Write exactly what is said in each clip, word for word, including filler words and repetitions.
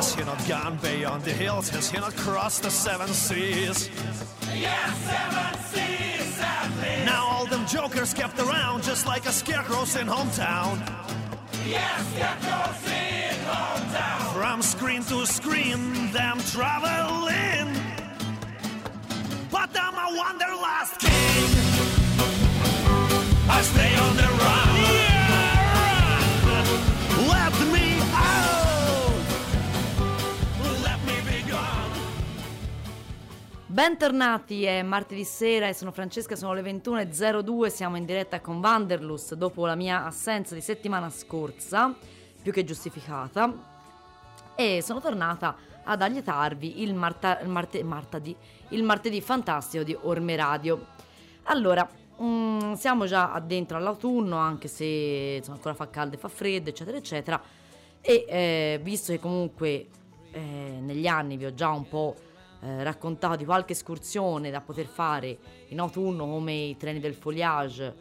Has he not gone beyond the hills? Has he not crossed the seven seas? Yes, seven seas at least. Now all them jokers kept around just like a scarecrows in hometown. Yes, scarecrows in hometown. From screen to screen, them traveling. But I'm a wanderlust king. I stay on the run. Yeah, run. Let me out. Let me be gone. Bentornati, è martedì sera e sono Francesca, sono le ventuno e zero due, siamo in diretta con Wanderlust dopo la mia assenza di settimana scorsa, più che giustificata, e sono tornata ad allietarvi il, marta, il, marte, martedì, il martedì fantastico di Orme Radio. Allora, mh, siamo già addentro all'autunno, anche se insomma, ancora fa caldo e fa freddo, eccetera, eccetera, e eh, visto che comunque eh, negli anni vi ho già un po' eh, raccontato di qualche escursione da poter fare in autunno, come i treni del foliage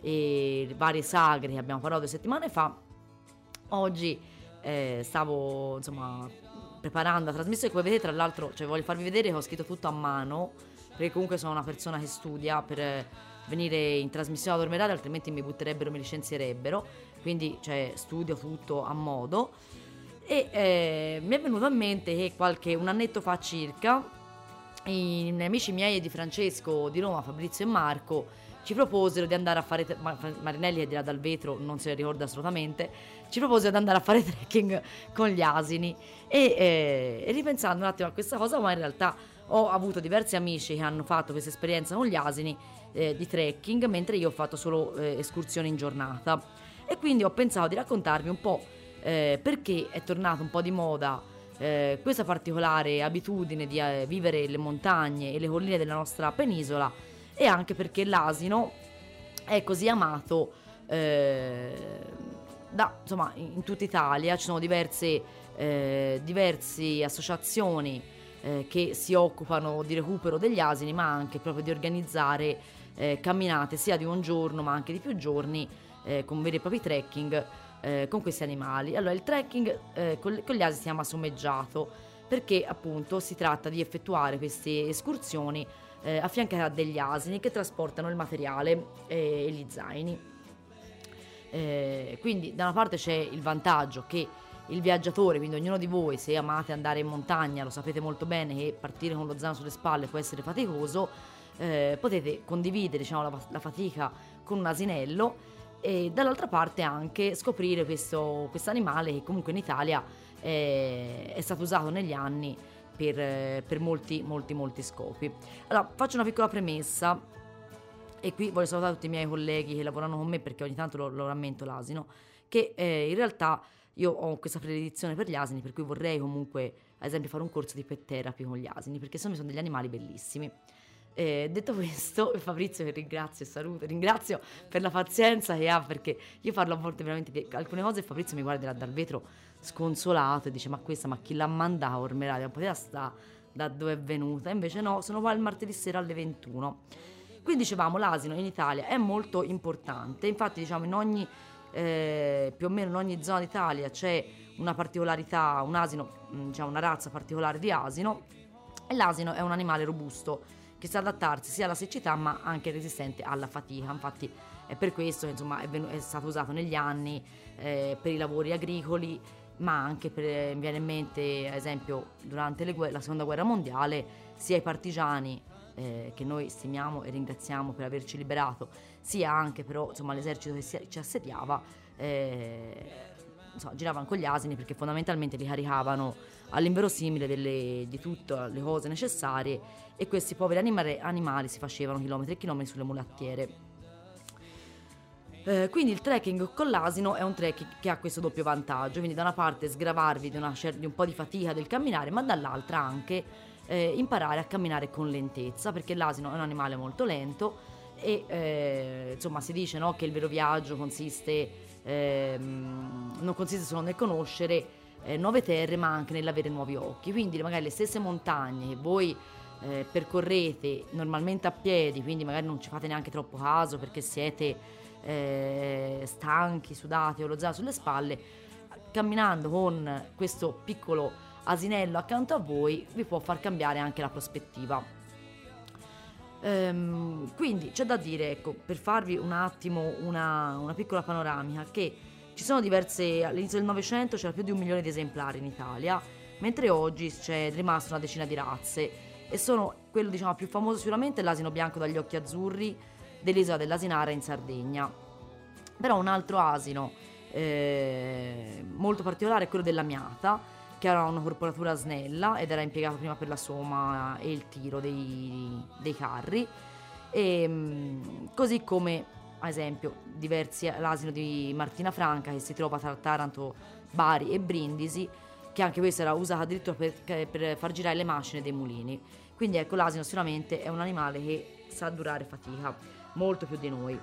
e varie sagre che abbiamo parlato due settimane fa, oggi eh, stavo insomma preparando la trasmissione che voi vedete. Tra l'altro, cioè, voglio farvi vedere che ho scritto tutto a mano, perché comunque sono una persona che studia per eh, venire in trasmissione ad Orme Radio, altrimenti mi butterebbero, mi licenzierebbero, quindi cioè, studio tutto a modo. E eh, mi è venuto in mente che qualche un annetto fa circa i amici miei e di Francesco di Roma, Fabrizio e Marco, ci proposero di andare a fare te- Marinelli, che di là dal vetro non se ne ricorda assolutamente, ci proposero di andare a fare trekking con gli asini e, eh, e ripensando un attimo a questa cosa, ma in realtà ho avuto diversi amici che hanno fatto questa esperienza con gli asini eh, di trekking, mentre io ho fatto solo eh, escursioni in giornata, e quindi ho pensato di raccontarvi un po' eh, perché è tornata un po' di moda eh, questa particolare abitudine di eh, vivere le montagne e le colline della nostra penisola, e anche perché l'asino è così amato eh, da, insomma, in tutta Italia. Ci sono diverse eh, diverse associazioni eh, che si occupano di recupero degli asini, ma anche proprio di organizzare eh, camminate sia di un giorno ma anche di più giorni eh, con veri e propri trekking eh, con questi animali. Allora, il trekking eh, con, con gli asini si chiama sommeggiato perché appunto si tratta di effettuare queste escursioni Eh, affiancati a degli asini che trasportano il materiale eh, e gli zaini. Eh, quindi da una parte c'è il vantaggio che il viaggiatore, quindi ognuno di voi, se amate andare in montagna, lo sapete molto bene che partire con lo zaino sulle spalle può essere faticoso, eh, potete condividere, diciamo, la, la fatica con un asinello, e dall'altra parte anche scoprire questo animale che comunque in Italia eh, è stato usato negli anni Per, per molti molti molti scopi. Allora, faccio una piccola premessa, e qui voglio salutare tutti i miei colleghi che lavorano con me, perché ogni tanto lo, lo rammento l'asino, che eh, in realtà io ho questa predilezione per gli asini, per cui vorrei comunque ad esempio fare un corso di pet therapy con gli asini, perché secondo me sono degli animali bellissimi. Eh, detto questo, Fabrizio, che ringrazio e saluto, ringrazio per la pazienza che ha, perché io parlo a volte veramente di alcune cose e Fabrizio mi guarda dal vetro sconsolato e dice: ma questa, ma chi l'ha mandata Orme Radio? Non poteva sta da dove è venuta? Invece no, sono qua il martedì sera alle ventuno. Quindi dicevamo, l'asino in Italia è molto importante, infatti diciamo in ogni eh, più o meno in ogni zona d'Italia c'è una particolarità, un asino, diciamo una razza particolare di asino, e l'asino è un animale robusto che sa adattarsi sia alla siccità ma anche resistente alla fatica. Infatti è per questo che insomma è, ven- è stato usato negli anni eh, per i lavori agricoli, ma anche per, mi viene in mente ad esempio durante le guerre, la seconda guerra mondiale, sia i partigiani eh, che noi stimiamo e ringraziamo per averci liberato, sia anche però insomma l'esercito che si, ci assediava eh, insomma, giravano con gli asini, perché fondamentalmente li caricavano all'inverosimile delle, di tutte le cose necessarie, e questi poveri animali, animali si facevano chilometri e chilometri sulle mulattiere. Eh, quindi il trekking con l'asino è un trekking che ha questo doppio vantaggio, quindi da una parte sgravarvi di, una, di un po' di fatica del camminare, ma dall'altra anche eh, imparare a camminare con lentezza, perché l'asino è un animale molto lento e eh, insomma si dice, no, che il vero viaggio consiste ehm, non consiste solo nel conoscere eh, nuove terre, ma anche nell'avere nuovi occhi. Quindi magari le stesse montagne che voi eh, percorrete normalmente a piedi, quindi magari non ci fate neanche troppo caso perché siete eh, stanchi, sudati o lo zaino sulle spalle, camminando con questo piccolo asinello accanto a voi vi può far cambiare anche la prospettiva. Ehm, quindi c'è da dire, ecco, per farvi un attimo una, una piccola panoramica, che ci sono diverse, all'inizio del Novecento c'era più di un milione di esemplari in Italia, mentre oggi c'è rimasto una decina di razze, e sono quello, diciamo, più famoso sicuramente è l'asino bianco dagli occhi azzurri dell'isola dell'Asinara in Sardegna. Però un altro asino eh, molto particolare è quello dell'Amiata, che era una corporatura snella ed era impiegato prima per la soma e il tiro dei, dei carri, e mh, così come ad esempio diversi, l'asino di Martina Franca, che si trova tra Taranto, Bari e Brindisi, che anche questo era usato addirittura per, per far girare le macine dei mulini. Quindi ecco, l'asino sicuramente è un animale che sa durare fatica, molto più di noi.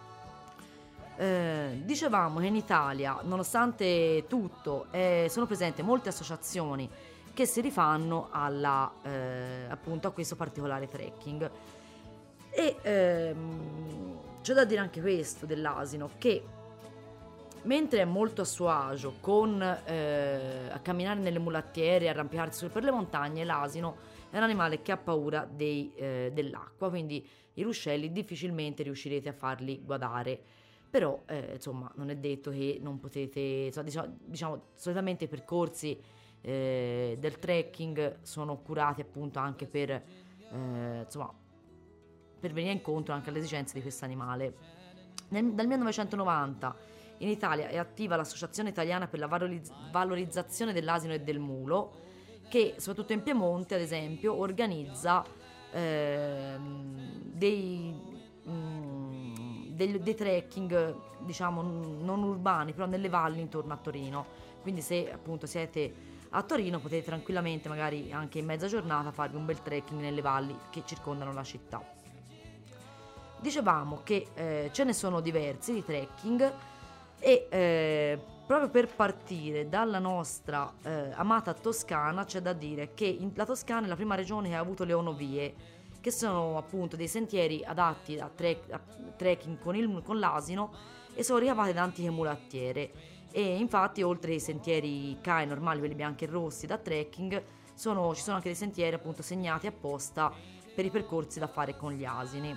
Eh, dicevamo che in Italia, nonostante tutto, eh, sono presenti molte associazioni che si rifanno alla, eh, appunto a questo particolare trekking. E ehm, c'è da dire anche questo dell'asino, che mentre è molto a suo agio con eh, a camminare nelle mulattiere e arrampicarsi per le montagne, l'asino è un animale che ha paura dei, eh, dell'acqua, quindi i ruscelli difficilmente riuscirete a farli guardare. Però eh, insomma non è detto che non potete, insomma, diciamo, diciamo solitamente i percorsi eh, del trekking sono curati appunto anche per eh, insomma per venire incontro anche alle esigenze di questo animale. Nel, dal millenovecentonovanta in Italia è attiva l'Associazione Italiana per la valorizz- valorizzazione dell'asino e del mulo, che soprattutto in Piemonte ad esempio organizza ehm, dei, mh, dei, dei trekking, diciamo non urbani, però nelle valli intorno a Torino. Quindi se appunto siete a Torino potete tranquillamente, magari anche in mezza giornata, farvi un bel trekking nelle valli che circondano la città. Dicevamo che eh, ce ne sono diversi di trekking, e eh, proprio per partire dalla nostra eh, amata Toscana c'è da dire che in, la Toscana è la prima regione che ha avuto le onovie, che sono appunto dei sentieri adatti a, trek, a trekking con, il, con l'asino, e sono ricavati da antiche mulattiere. E infatti oltre ai sentieri C A E normali, quelli bianchi e rossi da trekking, sono, ci sono anche dei sentieri appunto segnati apposta per i percorsi da fare con gli asini.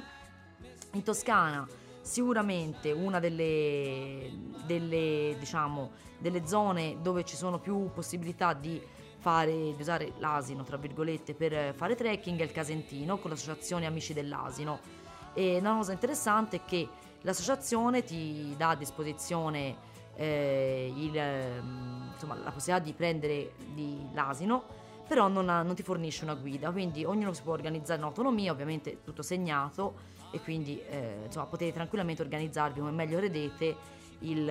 In Toscana sicuramente una delle, delle, diciamo, delle zone dove ci sono più possibilità di fare, di usare l'asino tra virgolette per fare trekking è il Casentino, con l'associazione Amici dell'Asino. E una cosa interessante è che l'associazione ti dà a disposizione eh, il, insomma, la possibilità di prendere di, l'asino, però non, ha, non ti fornisce una guida, quindi ognuno si può organizzare in autonomia, ovviamente tutto segnato, e quindi eh, insomma potete tranquillamente organizzarvi come meglio credete il,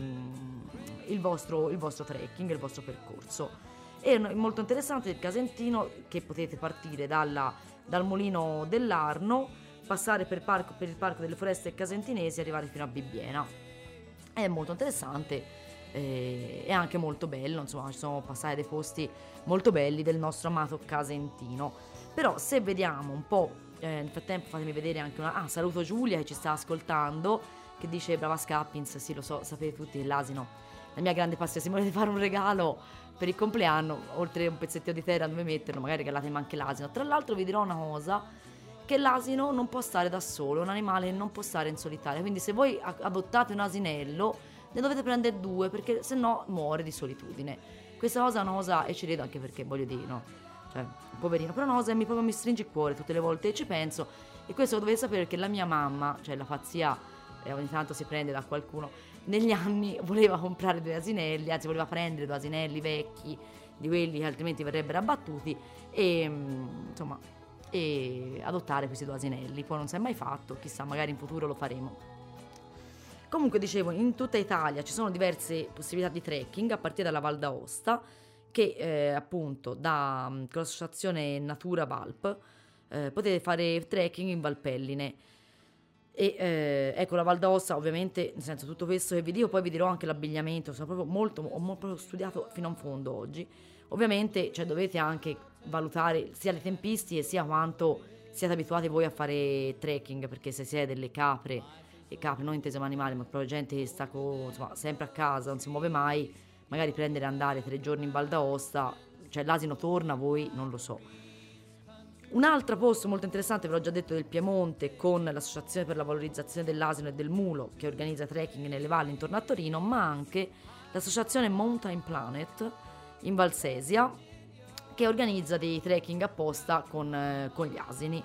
um, il, vostro, il vostro trekking, il vostro percorso. È molto interessante il Casentino, che potete partire dalla, dal Mulino dell'Arno, passare per, parco, per il Parco delle Foreste Casentinesi e arrivare fino a Bibbiena. È molto interessante eh, e anche molto bello, insomma ci sono passati dei posti molto belli del nostro amato Casentino. Però se vediamo un po', Eh, nel frattempo fatemi vedere anche una... Ah, saluto Giulia che ci sta ascoltando, che dice brava Scappins, sì lo so, sapete tutti l'asino, la mia grande passione. Se volete fare un regalo per il compleanno, oltre un pezzettino di terra dove metterlo, magari regalatemi anche l'asino. Tra l'altro vi dirò una cosa, che l'asino non può stare da solo, è un animale che non può stare in solitaria, quindi se voi adottate un asinello ne dovete prendere due, perché se no muore di solitudine. Questa cosa è una cosa, e ci credo anche perché voglio dire, no? Cioè, poverino, però una cosa mi, proprio mi stringe il cuore tutte le volte che ci penso, e questo lo dovete sapere, che la mia mamma, cioè la pazzia eh, ogni tanto si prende da qualcuno, negli anni voleva comprare due asinelli, anzi voleva prendere due asinelli vecchi, di quelli che altrimenti verrebbero abbattuti, e insomma e adottare questi due asinelli. Poi non si è mai fatto, chissà, magari in futuro lo faremo. Comunque dicevo, in tutta Italia ci sono diverse possibilità di trekking, a partire dalla Val d'Aosta, che eh, appunto da, con l'associazione Natura Valp eh, potete fare trekking in Valpelline. E eh, ecco, la Val d'Aosta, ovviamente, nel senso, tutto questo che vi dico, poi vi dirò anche l'abbigliamento, sono proprio molto, ho molto studiato fino a un fondo oggi. Ovviamente, cioè, dovete anche valutare sia le tempistiche sia quanto siete abituati voi a fare trekking, perché se siete delle capre, e capre non intese come animali, ma proprio gente che sta co, insomma, sempre a casa, non si muove mai, magari prendere e andare tre giorni in Val d'Aosta cioè l'asino torna, voi non lo so. Un altro posto molto interessante, ve l'ho già detto, del Piemonte, con l'Associazione per la valorizzazione dell'asino e del mulo, che organizza trekking nelle valli intorno a Torino, ma anche l'associazione Mountain Planet in Valsesia, che organizza dei trekking apposta con, eh, con gli asini.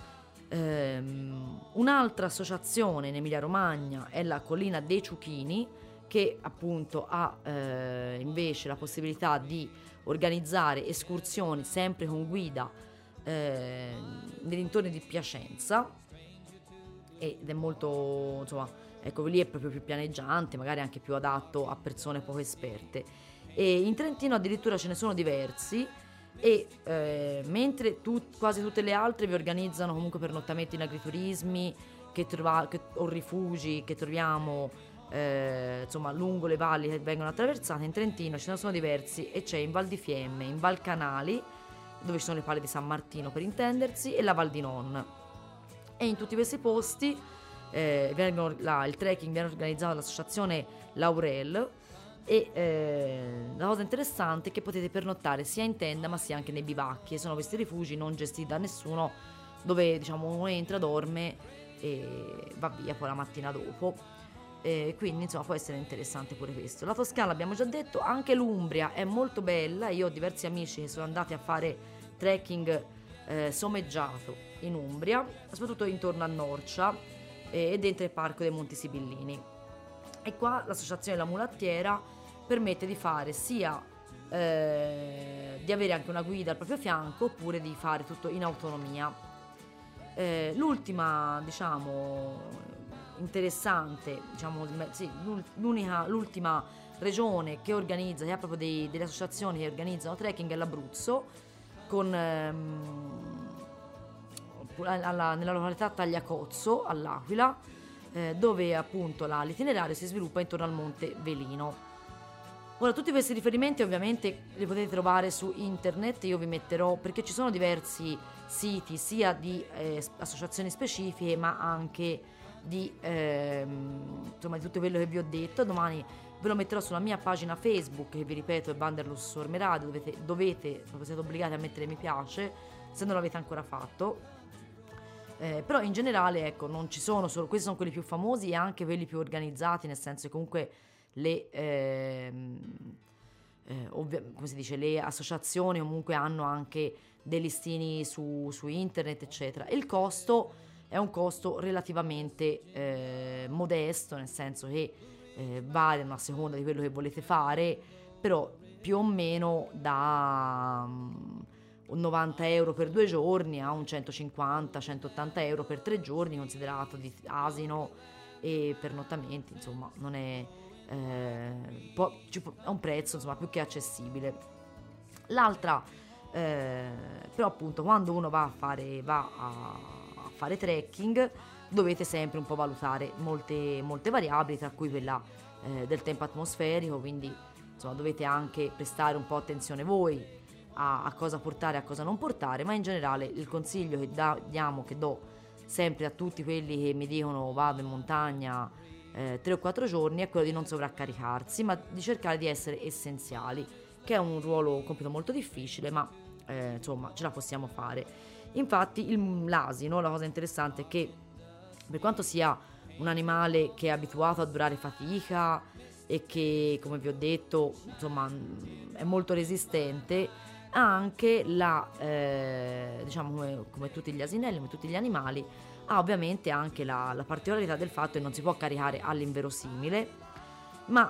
Ehm, un'altra associazione in Emilia Romagna è la Collina dei Ciuchini, che appunto ha eh, invece la possibilità di organizzare escursioni sempre con guida Eh, nei dintorni di Piacenza, ed è molto, insomma, ecco, lì è proprio più pianeggiante, magari anche più adatto a persone poco esperte. E in Trentino addirittura ce ne sono diversi, e eh, mentre tu, quasi tutte le altre vi organizzano comunque pernottamenti in agriturismi che trova, che, o rifugi che troviamo eh, insomma lungo le valli che vengono attraversate, in Trentino ce ne sono diversi, e c'è in Val di Fiemme, in Val Canali, dove ci sono le palle di San Martino per intendersi, e la Val di Non. E in tutti questi posti eh, vengono, la, il trekking viene organizzato dall'associazione Laurel, e eh, la cosa interessante è che potete pernottare sia in tenda ma sia anche nei bivacchi, e sono questi rifugi non gestiti da nessuno, dove diciamo uno entra, dorme e va via poi la mattina dopo. Eh, quindi insomma può essere interessante pure questo. La Toscana l'abbiamo già detto, anche l'Umbria è molto bella. Io ho diversi amici che sono andati a fare trekking eh, sommeggiato in Umbria, soprattutto intorno a Norcia eh, e dentro il parco dei Monti Sibillini. E qua l'associazione La Mulattiera permette di fare sia eh, di avere anche una guida al proprio fianco, oppure di fare tutto in autonomia. Eh, l'ultima, diciamo, interessante, diciamo, sì, l'unica, l'ultima regione che organizza, che ha proprio dei, delle associazioni che organizzano trekking, è l'Abruzzo, con ehm, alla, nella località Tagliacozzo, all'Aquila, eh, dove appunto la, l'itinerario si sviluppa intorno al Monte Velino. Ora, tutti questi riferimenti ovviamente li potete trovare su internet, io vi metterò, perché ci sono diversi siti sia di eh, associazioni specifiche, ma anche di ehm, insomma di tutto quello che vi ho detto. Domani ve lo metterò sulla mia pagina Facebook, che vi ripeto è Wanderlust Sorme Radio, dovete, dovete proprio siete obbligati a mettere mi piace se non l'avete ancora fatto. Eh, però in generale, ecco, non ci sono solo, questi sono quelli più famosi e anche quelli più organizzati, nel senso che comunque le ehm, eh, ovvia, come si dice, le associazioni comunque hanno anche dei listini su, su internet eccetera. Il costo è un costo relativamente eh, modesto, nel senso che eh, variano a seconda di quello che volete fare, però più o meno da um, un novanta euro per due giorni a un centocinquanta centottanta euro per tre giorni, considerato di asino e pernottamenti, insomma non è, eh, può, può, è un prezzo insomma più che accessibile. L'altra eh, però appunto quando uno va a fare va a fare trekking dovete sempre un po' valutare molte, molte variabili, tra cui quella eh, del tempo atmosferico, quindi insomma dovete anche prestare un po' attenzione voi a, a cosa portare e a cosa non portare. Ma in generale il consiglio che da, diamo, che do sempre a tutti quelli che mi dicono vado in montagna eh, tre o quattro giorni, è quello di non sovraccaricarsi, ma di cercare di essere essenziali, che è un ruolo, un compito molto difficile, ma eh, insomma ce la possiamo fare. Infatti il, l'asino, la cosa interessante è che, per quanto sia un animale che è abituato a durare fatica e che, come vi ho detto, insomma è molto resistente, ha anche la, eh, diciamo come, come tutti gli asinelli, come tutti gli animali, ha ovviamente anche la, la particolarità del fatto che non si può caricare all'inverosimile, ma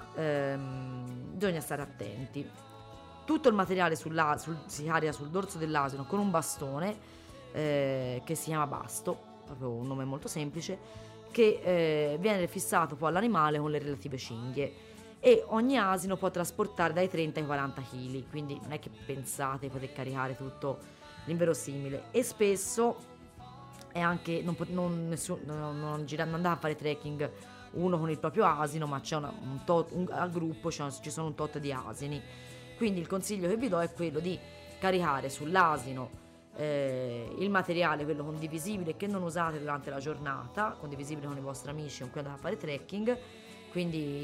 ehm, bisogna stare attenti. Tutto il materiale sulla, sul, si carica sul dorso dell'asino con un bastone eh, che si chiama basto, proprio un nome molto semplice, che eh, viene fissato poi all'animale con le relative cinghie, e ogni asino può trasportare dai trenta ai quaranta chili, quindi non è che pensate di poter caricare tutto l'inverosimile. E spesso è anche non, non, nessun, non, non, gira, non andate a fare trekking uno con il proprio asino, ma c'è una, un tot, un, al gruppo c'è, ci sono un tot di asini, quindi il consiglio che vi do è quello di caricare sull'asino eh, il materiale, quello condivisibile, che non usate durante la giornata, condivisibile con i vostri amici con cui andate a fare trekking, quindi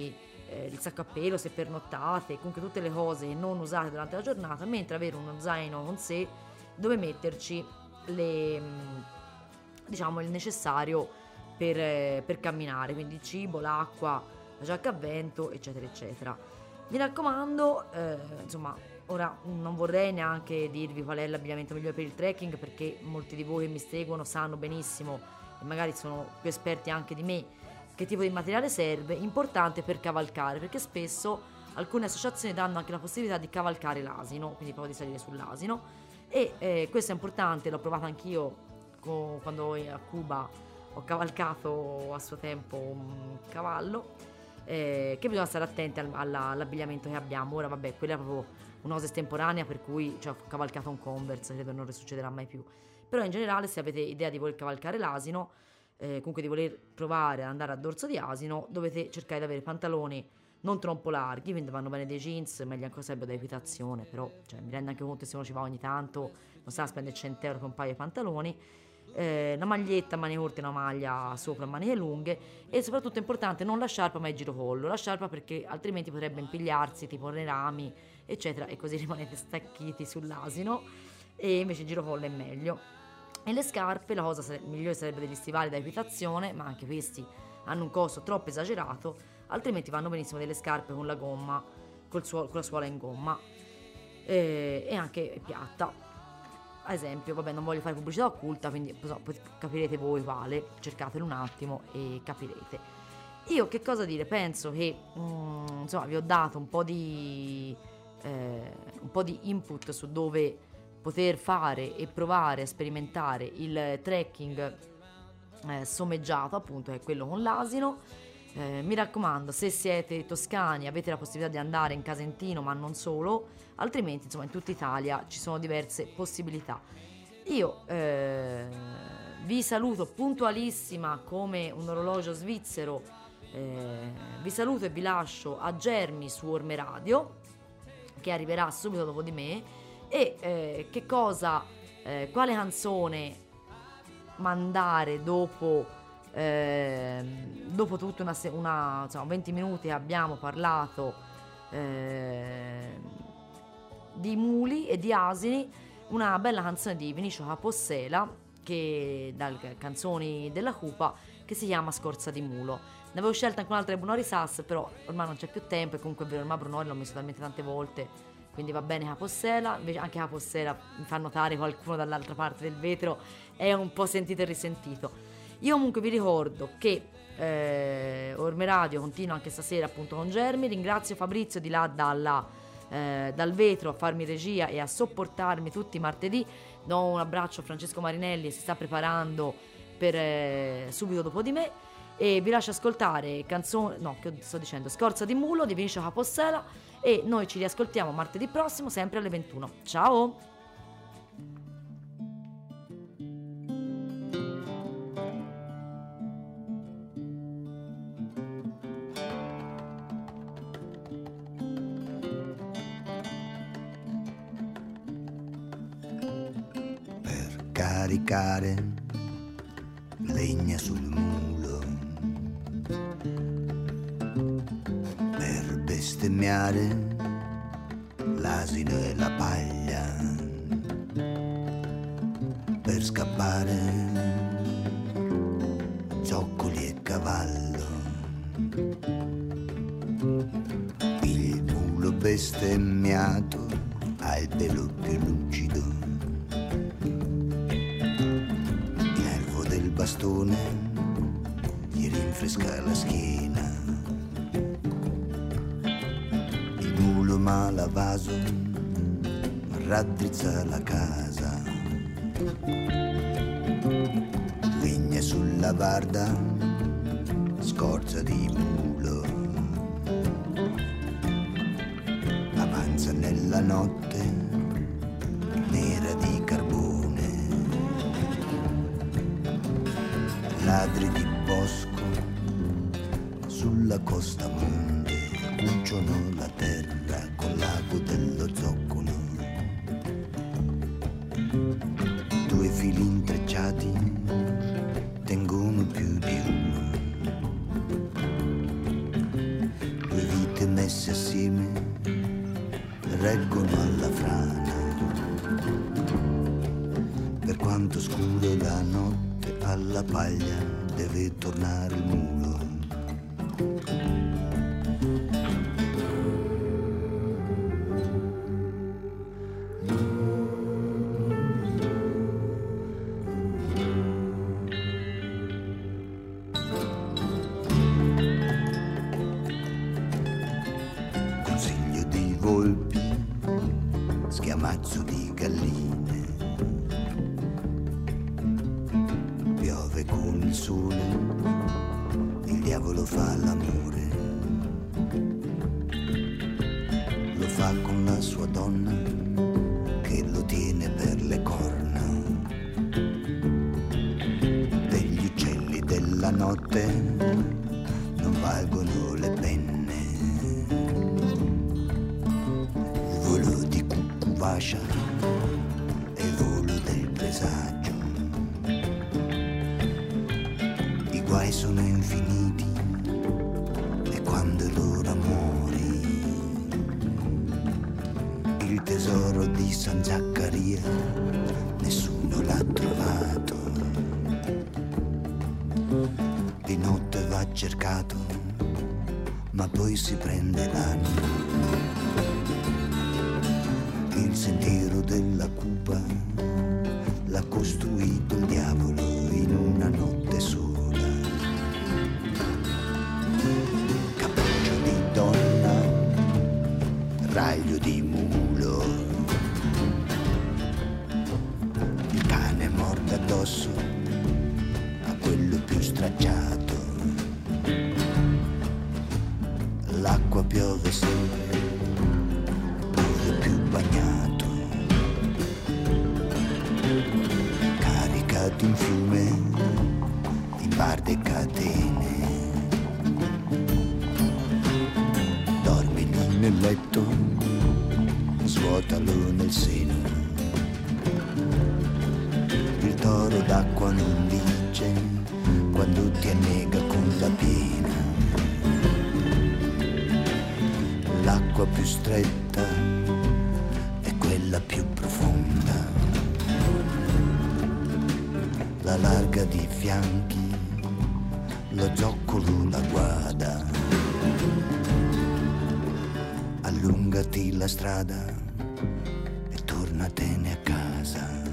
eh, il sacco a pelo se pernottate, comunque tutte le cose non usate durante la giornata, mentre avere uno zaino con sé dove metterci le, diciamo, il necessario per, eh, per camminare, quindi il cibo, l'acqua, la giacca a vento, eccetera eccetera. Mi raccomando, eh, insomma, ora non vorrei neanche dirvi qual è l'abbigliamento migliore per il trekking, perché molti di voi che mi seguono sanno benissimo e magari sono più esperti anche di me che tipo di materiale serve. Importante per cavalcare, perché spesso alcune associazioni danno anche la possibilità di cavalcare l'asino, quindi proprio di salire sull'asino, e eh, questo è importante, l'ho provato anch'io co- quando a Cuba ho cavalcato a suo tempo un cavallo, eh, che bisogna stare attenti al, alla, all'abbigliamento che abbiamo. Ora vabbè, quella è proprio un'osa estemporanea, per cui cioè, ho cavalcato un Converse, credo non risuccederà mai più, però in generale se avete idea di voler cavalcare l'asino, eh, comunque di voler provare ad andare a dorso di asino, dovete cercare di avere pantaloni non troppo larghi, quindi vanno bene dei jeans, meglio ancora sarebbe da equitazione, però cioè, mi rendo anche conto che se uno ci va ogni tanto non sta a spendere cento euro per un paio di pantaloni, eh, una maglietta a maniche corte, una maglia sopra a maniche lunghe, e soprattutto è importante non la sciarpa ma il girocollo, la sciarpa perché altrimenti potrebbe impigliarsi tipo nei rami eccetera e così rimanete stacchiti sull'asino, e invece il girocollo è meglio. E le scarpe, la cosa sare- migliore sarebbe degli stivali da equitazione, ma anche questi hanno un costo troppo esagerato, altrimenti vanno benissimo delle scarpe con la gomma, col suo- con la suola in gomma, eh, e anche piatta. Ad esempio, vabbè, non voglio fare pubblicità occulta, quindi so, pot- capirete voi quale, cercatelo un attimo e capirete. Io che cosa dire? Penso che mm, insomma vi ho dato un po' di eh, un po' di input su dove poter fare e provare a sperimentare il trekking eh, sommeggiato, appunto, è quello con l'asino. Eh, mi raccomando, se siete toscani avete la possibilità di andare in Casentino, ma non solo, altrimenti insomma in tutta Italia ci sono diverse possibilità. Io eh, vi saluto puntualissima come un orologio svizzero, eh, vi saluto e vi lascio a Germi su Orme Radio, che arriverà subito dopo di me, e eh, che cosa, eh, quale canzone mandare dopo eh, dopo tutta una, se- una insomma, venti minuti che abbiamo parlato eh, di muli e di asini, una bella canzone di Vinicio Capossela, che dalle canzoni della Cupa, che si chiama Scorza di mulo. Ne avevo scelta anche un'altra di Brunori Sass, però ormai non c'è più tempo, e comunque è vero, ormai Brunori l'ho messo talmente tante volte, quindi va bene Capossela. Invece anche Capossela, mi fa notare qualcuno dall'altra parte del vetro, è un po' sentito e risentito. Io comunque vi ricordo che eh, Orme Radio continua anche stasera appunto con Germi. Ringrazio Fabrizio di là dalla, eh, dal vetro a farmi regia e a sopportarmi tutti i martedì. Do un abbraccio a Francesco Marinelli, che si sta preparando per eh, subito dopo di me, e vi lascio ascoltare canzone, no, che sto dicendo, Scorza di mulo di Vinicio Capossela, e noi ci riascoltiamo martedì prossimo sempre alle ventuno. Ciao! Per caricare legna sul mulo, per bestemmiare l'asino e la paglia, per scappare zoccoli e cavallo. Il mulo bestemmiato ha il pelo più lucido, il nervo del bastone gli rinfresca la schiena. Il mulo malavaso raddrizza la casa, legna sulla varda, scorza di mulo, avanza nella notte nera di carbone, ladri di bosco sulla costa monte cuciono la terra con l'ago dello zoccolo. Due fili intrecciati tengono più di uno, due vie Tanto scuro la notte, alla paglia deve tornare il mulo. Consiglio di volpi, schiamazzo di galline. Piove con il sole, il diavolo fa l'amore. Lo fa con la sua donna che lo tiene per le corna. Degli uccelli della notte non valgono le penne. Il volo di Cucuvascia è il volo del presagio. I guai sono infiniti e quando l'ora muori, il tesoro di San Zaccaria nessuno l'ha trovato. Di notte va cercato, ma poi si prende l'anima. Il sentiero della Cupa l'ha costruito il diavolo in una notte sola. Capriccio di donna, raglio di mulo. Il cane morde addosso a quello più stracciato. L'acqua piove sempre dove più bagnato. Caricato in fiume, in barde e catene. Dormi lì nel letto, svuotalo nel seno. Il toro d'acqua non dice quando ti annega con la piena. L'acqua più stretta è quella più profonda. La larga di fianchi, lo zoccolo la guada. Allungati la strada e tornatene a casa.